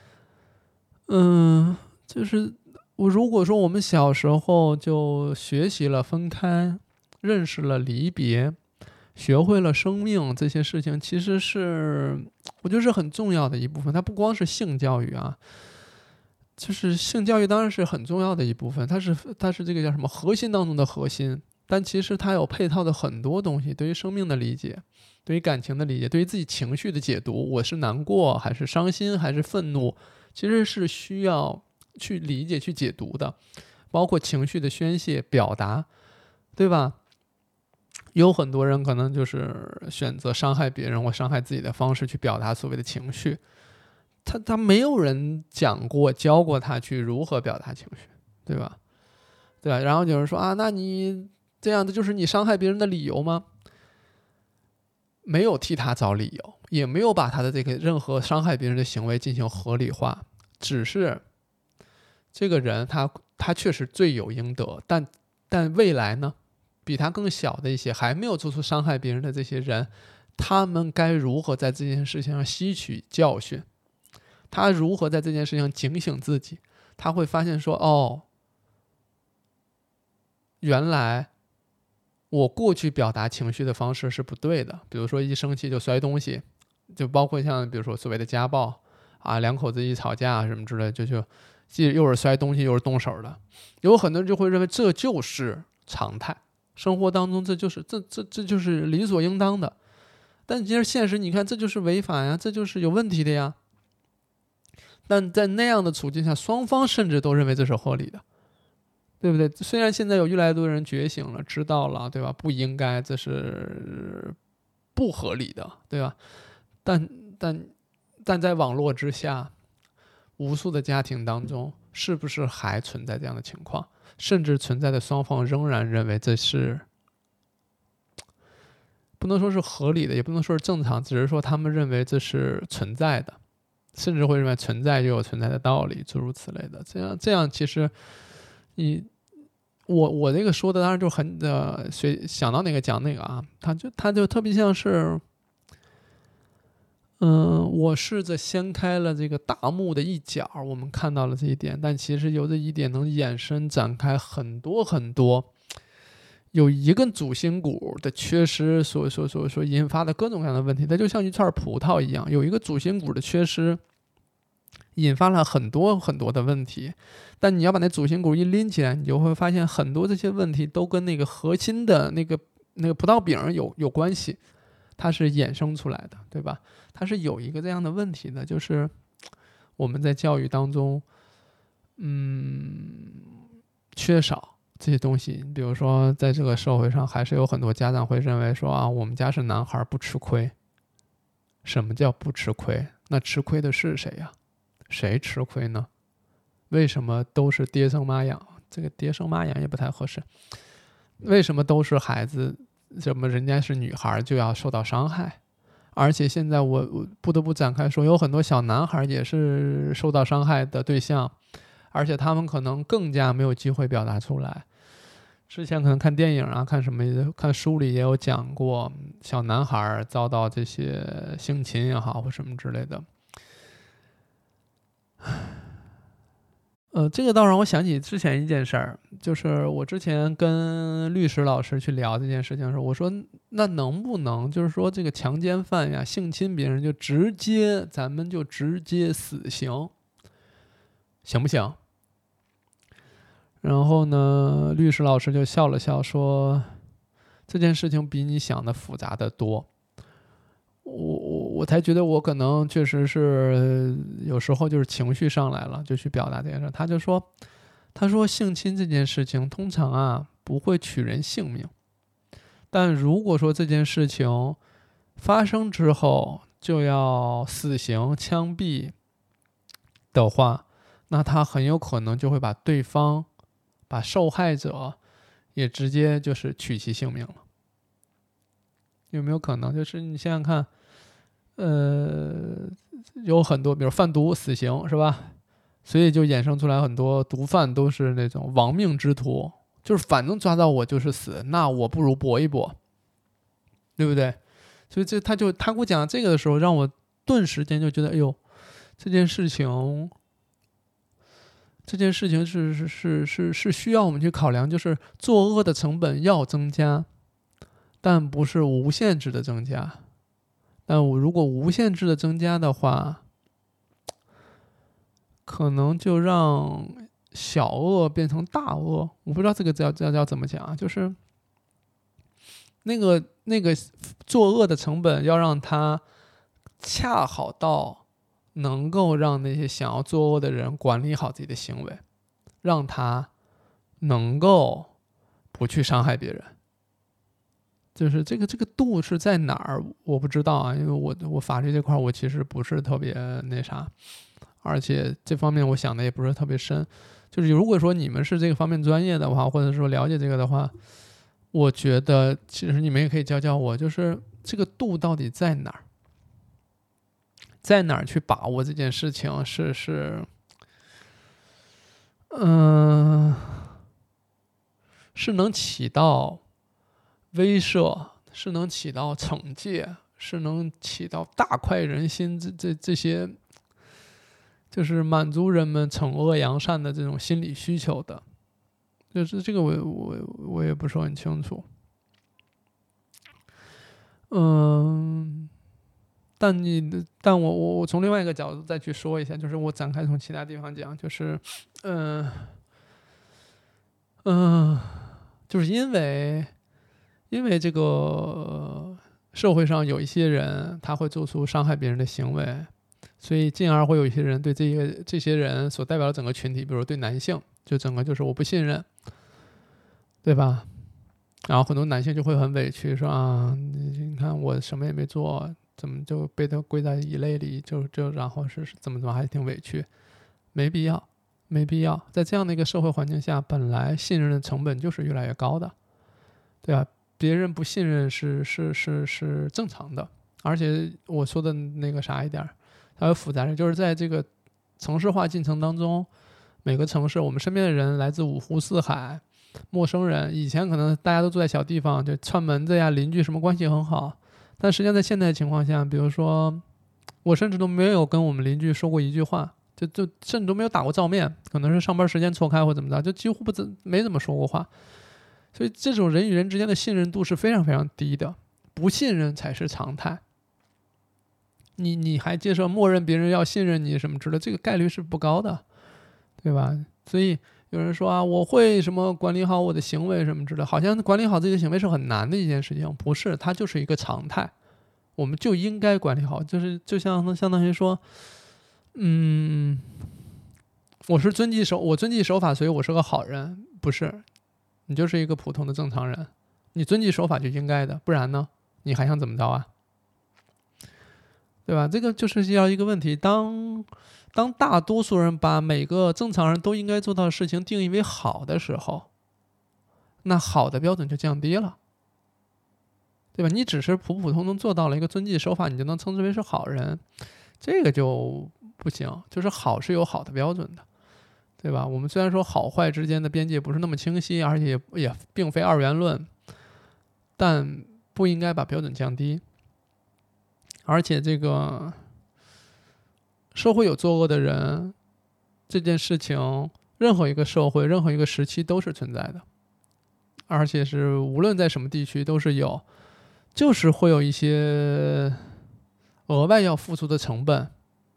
嗯，就是我如果说我们小时候就学习了分开，认识了离别，学会了生命这些事情，其实是我觉得是很重要的一部分。它不光是性教育啊，就是性教育当然是很重要的一部分，它是它是这个叫什么核心当中的核心，但其实它有配套的很多东西，对于生命的理解，对于感情的理解，对于自己情绪的解读，我是难过还是伤心还是愤怒，其实是需要去理解去解读的，包括情绪的宣泄表达，对吧？有很多人可能就是选择伤害别人或伤害自己的方式去表达所谓的情绪，他他没有人讲过教过他去如何表达情绪，对吧？对吧？然后有人说啊，那你这样的就是你伤害别人的理由吗？没有替他找理由，也没有把他的这个任何伤害别人的行为进行合理化，只是这个人他他确实罪有应得，但但未来呢，比他更小的一些还没有做出伤害别人的这些人，他们该如何在这件事情上吸取教训？他如何在这件事情上警醒自己？他会发现说，哦，原来我过去表达情绪的方式是不对的，比如说一生气就摔东西，就包括像比如说所谓的家暴啊，两口子一吵架什么之类的，就就既又是摔东西又是动手的，有很多人就会认为这就是常态，生活当中这就是这这这就是理所应当的。但其实现实你看，这就是违法呀，这就是有问题的呀。但在那样的处境下，双方甚至都认为这是合理的，对不对？虽然现在有越来越多的人觉醒了，知道了，对吧？不应该，这是不合理的，对吧？但但但在网络之下，无数的家庭当中，是不是还存在这样的情况？甚至存在的双方仍然认为这是不能说是合理的，也不能说是正常，只是说他们认为这是存在的。甚至会认为存在就有存在的道理，诸如此类的。这样，这样其实你我我这个说的当然就很呃，谁想到哪个讲哪个啊？他就他就特别像是，嗯、呃，我试着掀开了这个大幕的一角，我们看到了这一点，但其实由这一点能延伸展开很多很多。有一个主心骨的缺失所所所所引发的各种各样的问题，它就像一串葡萄一样，有一个主心骨的缺失，引发了很多很多的问题。但你要把那主心骨一拎起来，你就会发现很多这些问题都跟那个核心的那个那个葡萄饼有有关系，它是衍生出来的，对吧？它是有一个这样的问题的，就是我们在教育当中，嗯，缺少这些东西。比如说在这个社会上还是有很多家长会认为说啊，我们家是男孩不吃亏。什么叫不吃亏？那吃亏的是谁呀？谁吃亏呢？为什么都是爹生妈养？这个爹生妈养也不太合适。为什么都是孩子，什么人家是女孩就要受到伤害？而且现在我我不得不展开说，有很多小男孩也是受到伤害的对象，而且他们可能更加没有机会表达出来。之前可能看电影啊，看什么看书里也有讲过，小男孩遭到这些性侵也好或什么之类的。呃，这个倒让我想起之前一件事儿，就是我之前跟律师老师去聊这件事情的时候，我说那能不能就是说这个强奸犯呀性侵别人就直接咱们就直接死刑，行不行？然后呢，律师老师就笑了笑说，这件事情比你想的复杂的多。我我我才觉得我可能确实是有时候就是情绪上来了，就去表达这件事。他就说，他说性侵这件事情通常啊不会取人性命，但如果说这件事情发生之后就要死刑枪毙的话，那他很有可能就会把对方把受害者也直接就是取其性命了。有没有可能就是你想想看，呃，有很多比如贩毒死刑是吧，所以就衍生出来很多毒贩都是那种亡命之徒， 就是反正抓到我就是死，那我不如搏一搏，对不对？所以这他就他给我讲这个的时候，让我顿时间就觉得，哎呦，这件事情，这件事情是是是是是需要我们去考量，就是作恶的成本要增加，但不是无限制的增加。但我如果无限制的增加的话，可能就让小恶变成大恶。我不知道这个叫叫叫怎么讲啊，就是那个那个作恶的成本要让它恰好到能够让那些想要作恶的人管理好自己的行为，让他能够不去伤害别人。就是这个这个度是在哪儿，我不知道啊，因为我我法律这块我其实不是特别那啥，而且这方面我想的也不是特别深。就是如果说你们是这个方面专业的话，或者说了解这个的话，我觉得其实你们也可以教教我，就是这个度到底在哪儿，在哪儿去把握这件事情是是，嗯、呃，是能起到威慑，是能起到惩戒，是能起到大快人心，这这这些，就是满足人们惩恶扬善的这种心理需求的。就是这个我我我也不是很清楚。嗯，但你但我我我从另外一个角度再去说一下，就是我展开从其他地方讲，就是嗯嗯、呃，就是因为。因为这个社会上有一些人他会做出伤害别人的行为，所以进而会有一些人对这个这些人所代表的整个群体，比如对男性，就整个就是我不信任，对吧？然后很多男性就会很委屈，说啊，你看我什么也没做，怎么就被他归在一类里，就就然后是怎么怎么还挺委屈，没必要，没必要。在这样的一个社会环境下，本来信任的成本就是越来越高的，对吧？别人不信任是是是是正常的，而且我说的那个啥一点，它有复杂的，就是在这个城市化进程当中，每个城市我们身边的人来自五湖四海，陌生人，以前可能大家都住在小地方，就串门子呀，邻居什么关系很好，但实际上在现在的情况下，比如说我甚至都没有跟我们邻居说过一句话，就就甚至都没有打过照面，可能是上班时间错开或怎么着，就几乎不怎没怎么说过话。所以这种人与人之间的信任度是非常非常低的，不信任才是常态。你你还接受默认别人要信任你什么之类的，这个概率是不高的，对吧？所以有人说啊，我会什么管理好我的行为什么之类的，好像管理好自己的行为是很难的一件事情，不是，它就是一个常态，我们就应该管理好，就是就像相当于说，嗯，我是遵纪守我遵纪守法，所以我是个好人，不是。你就是一个普通的正常人，你遵纪守法就应该的，不然呢，你还想怎么着啊？对吧？这个就是要一个问题，当当大多数人把每个正常人都应该做到的事情定义为好的时候，那好的标准就降低了，对吧？你只是普普通通做到了一个遵纪守法，你就能称之为是好人，这个就不行，就是好是有好的标准的。对吧？我们虽然说好坏之间的边界不是那么清晰，而且 也, 也并非二元论，但不应该把标准降低。而且这个社会有作恶的人，这件事情，任何一个社会、任何一个时期都是存在的，而且是无论在什么地区都是有，就是会有一些额外要付出的成本。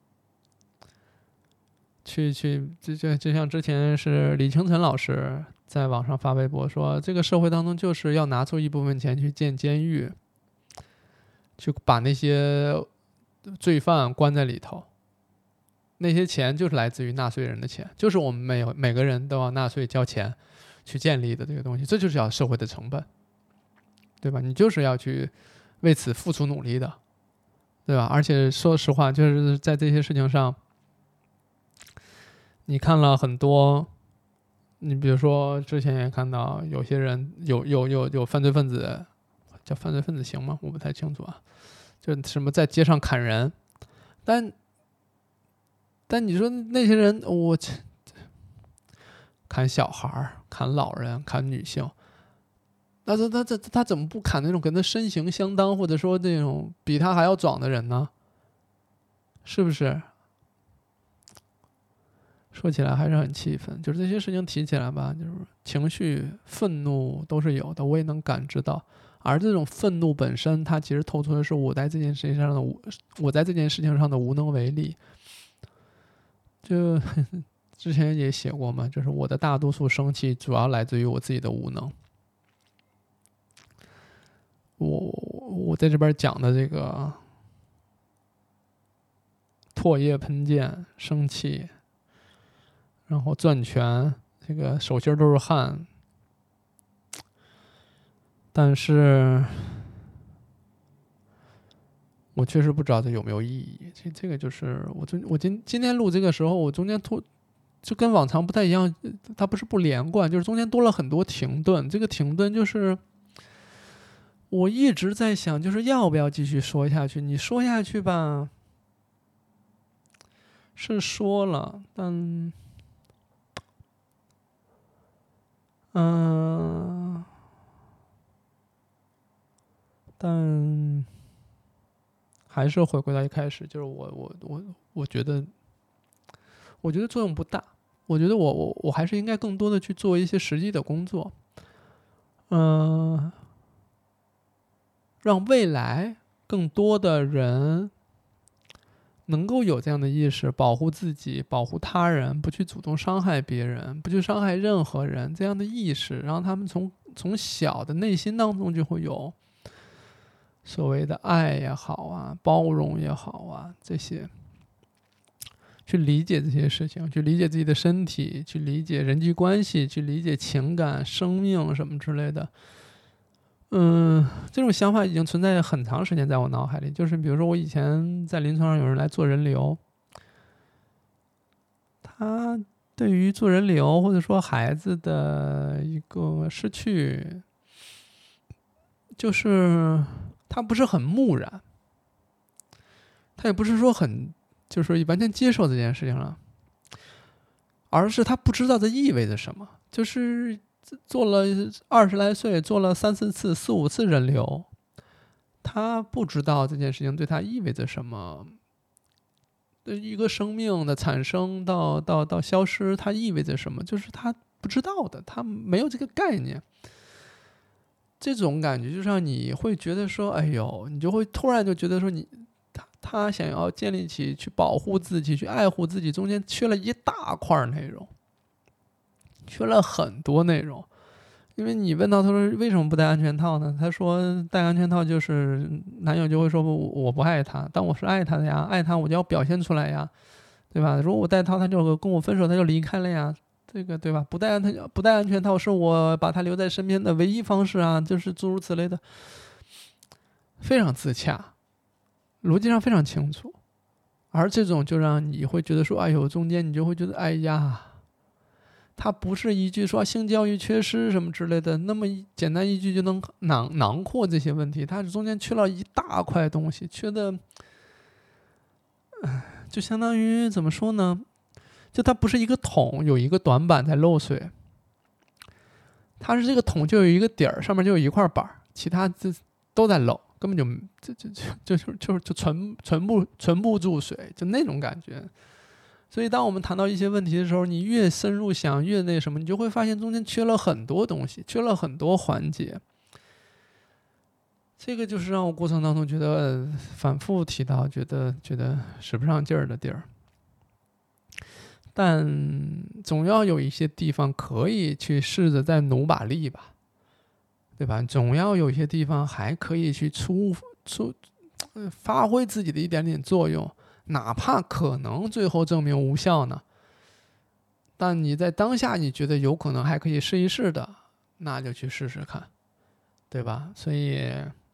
去去就就就像之前是李清晨老师在网上发微博说，这个社会当中就是要拿出一部分钱去建监狱，去把那些罪犯关在里头，那些钱就是来自于纳税人的钱，就是我们每每个人都要纳税交钱去建立的这个东西，这就是叫社会的成本，对吧？你就是要去为此付出努力的，对吧？而且说实话，就是在这些事情上。你看了很多，你比如说之前也看到有些人有有有有犯罪分子，叫犯罪分子行吗？我不太清楚啊，就什么在街上砍人，但但你说那些人，我砍小孩、砍老人、砍女性。那他他他他怎么不砍那种跟他身形相当，或者说那种比他还要壮的人呢？是不是？说起来还是很气愤，就是这些事情提起来吧，就是情绪、愤怒都是有的，我也能感知到。而这种愤怒本身，它其实透出的是我在这件事情上的无，我在这件事情上的无能为力。就之前也写过嘛，就是我的大多数生气主要来自于我自己的无能。我我在这边讲的这个唾液喷溅、生气，然后攥拳，这个手心都是汗，但是我确实不知道这有没有意义。这这个就是我中我今今天录这个时候，我中间突就跟往常不太一样，它不是不连贯，就是中间多了很多停顿。这个停顿就是我一直在想，就是要不要继续说下去？你说下去吧，是说了，但嗯，但还是回归到一开始，就是我我我我觉得，我觉得作用不大。我觉得我我我还是应该更多的去做一些实际的工作，嗯、呃，让未来更多的人能够有这样的意识，保护自己，保护他人，不去主动伤害别人，不去伤害任何人，这样的意识，让他们从从小的内心当中就会有所谓的爱也好啊，包容也好啊，这些去理解这些事情，去理解自己的身体，去理解人际关系，去理解情感、生命什么之类的。嗯，这种想法已经存在很长时间在我脑海里。就是比如说，我以前在临床上有人来做人流，他对于做人流或者说孩子的一个失去，就是他不是很木然，他也不是说很，就是说完全接受这件事情了，而是他不知道这意味着什么。就是做了二十来岁，做了三四次、四五次人流，他不知道这件事情对他意味着什么。一个生命的产生到到到消失，它意味着什么？就是他不知道的，他没有这个概念。这种感觉就让你会觉得说，哎呦，你就会突然就觉得说你，他他想要建立起去保护自己、去爱护自己，中间缺了一大块内容，缺了很多内容。因为你问到他说为什么不戴安全套呢？他说戴安全套就是男友就会说我不爱他，但我是爱他的呀，爱他我就要表现出来呀，对吧？如果我戴套，他就跟我分手，他就离开了呀，这个对吧？不戴安全不戴安全套是我把他留在身边的唯一方式啊，就是诸如此类的，非常自洽，逻辑上非常清楚。而这种就让你会觉得说，哎呦，中间你就会觉得，哎呀。它不是一句说性教育缺失什么之类的，那么简单一句就能囊囊括这些问题，它中间缺了一大块东西，缺的，就相当于怎么说呢？就它不是一个桶，有一个短板在漏水，它是这个桶就有一个底儿，上面就有一块板，其他这都在漏，根本就就就就就就就存存不存不住水，就那种感觉。所以当我们谈到一些问题的时候，你越深入想越那什么，你就会发现中间缺了很多东西，缺了很多环节。这个就是让我过程当中觉得反复提到，觉得觉得使不上劲儿的地儿。但总要有一些地方可以去试着再努把力吧，对吧？总要有一些地方还可以去出出、呃、发挥自己的一点点作用。哪怕可能最后证明无效呢，但你在当下你觉得有可能还可以试一试的，那就去试试看，对吧？所以，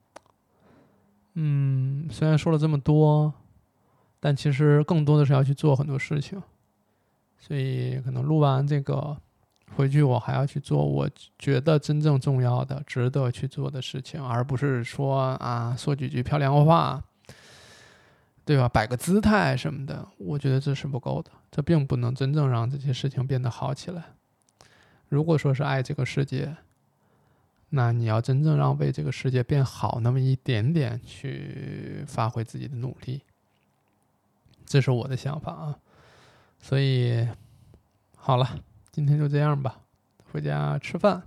嗯，虽然说了这么多，但其实更多的是要去做很多事情。所以可能录完这个回去，我还要去做我觉得真正重要的、值得去做的事情，而不是说啊说几句漂亮话。对吧？摆个姿态什么的，我觉得这是不够的，这并不能真正让这些事情变得好起来。 如果说是爱这个世界，那你要真正让为这个世界变好那么一点点去发挥自己的努力，这是我的想法啊。所以好了，今天就这样吧，回家吃饭，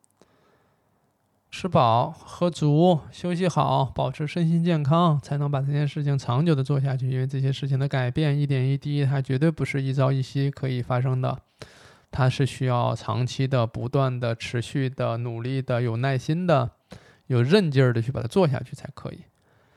吃饱喝足，休息好，保持身心健康，才能把这件事情长久的做下去。因为这些事情的改变一点一滴，它绝对不是一朝一夕可以发生的，它是需要长期的、不断的、持续的、努力的、有耐心的、有韧劲儿的去把它做下去才可以。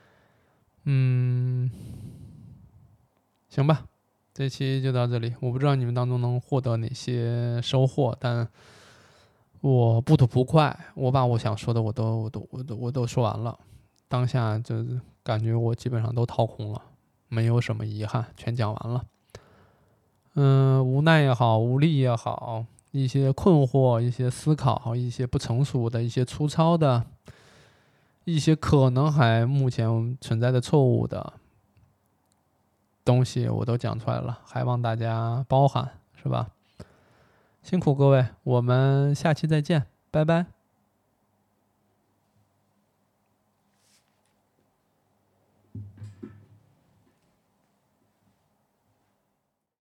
嗯，行吧，这期就到这里。我不知道你们当中能获得哪些收获，但我不吐不快，我把我想说的我都我都我都我都说完了。当下就感觉我基本上都掏空了，没有什么遗憾，全讲完了。嗯，无奈也好，无力也好，一些困惑，一些思考，一些不成熟的，一些粗糙的，一些可能还目前存在的错误的东西，我都讲出来了，还望大家包涵，是吧？辛苦各位，我们下期再见，拜拜。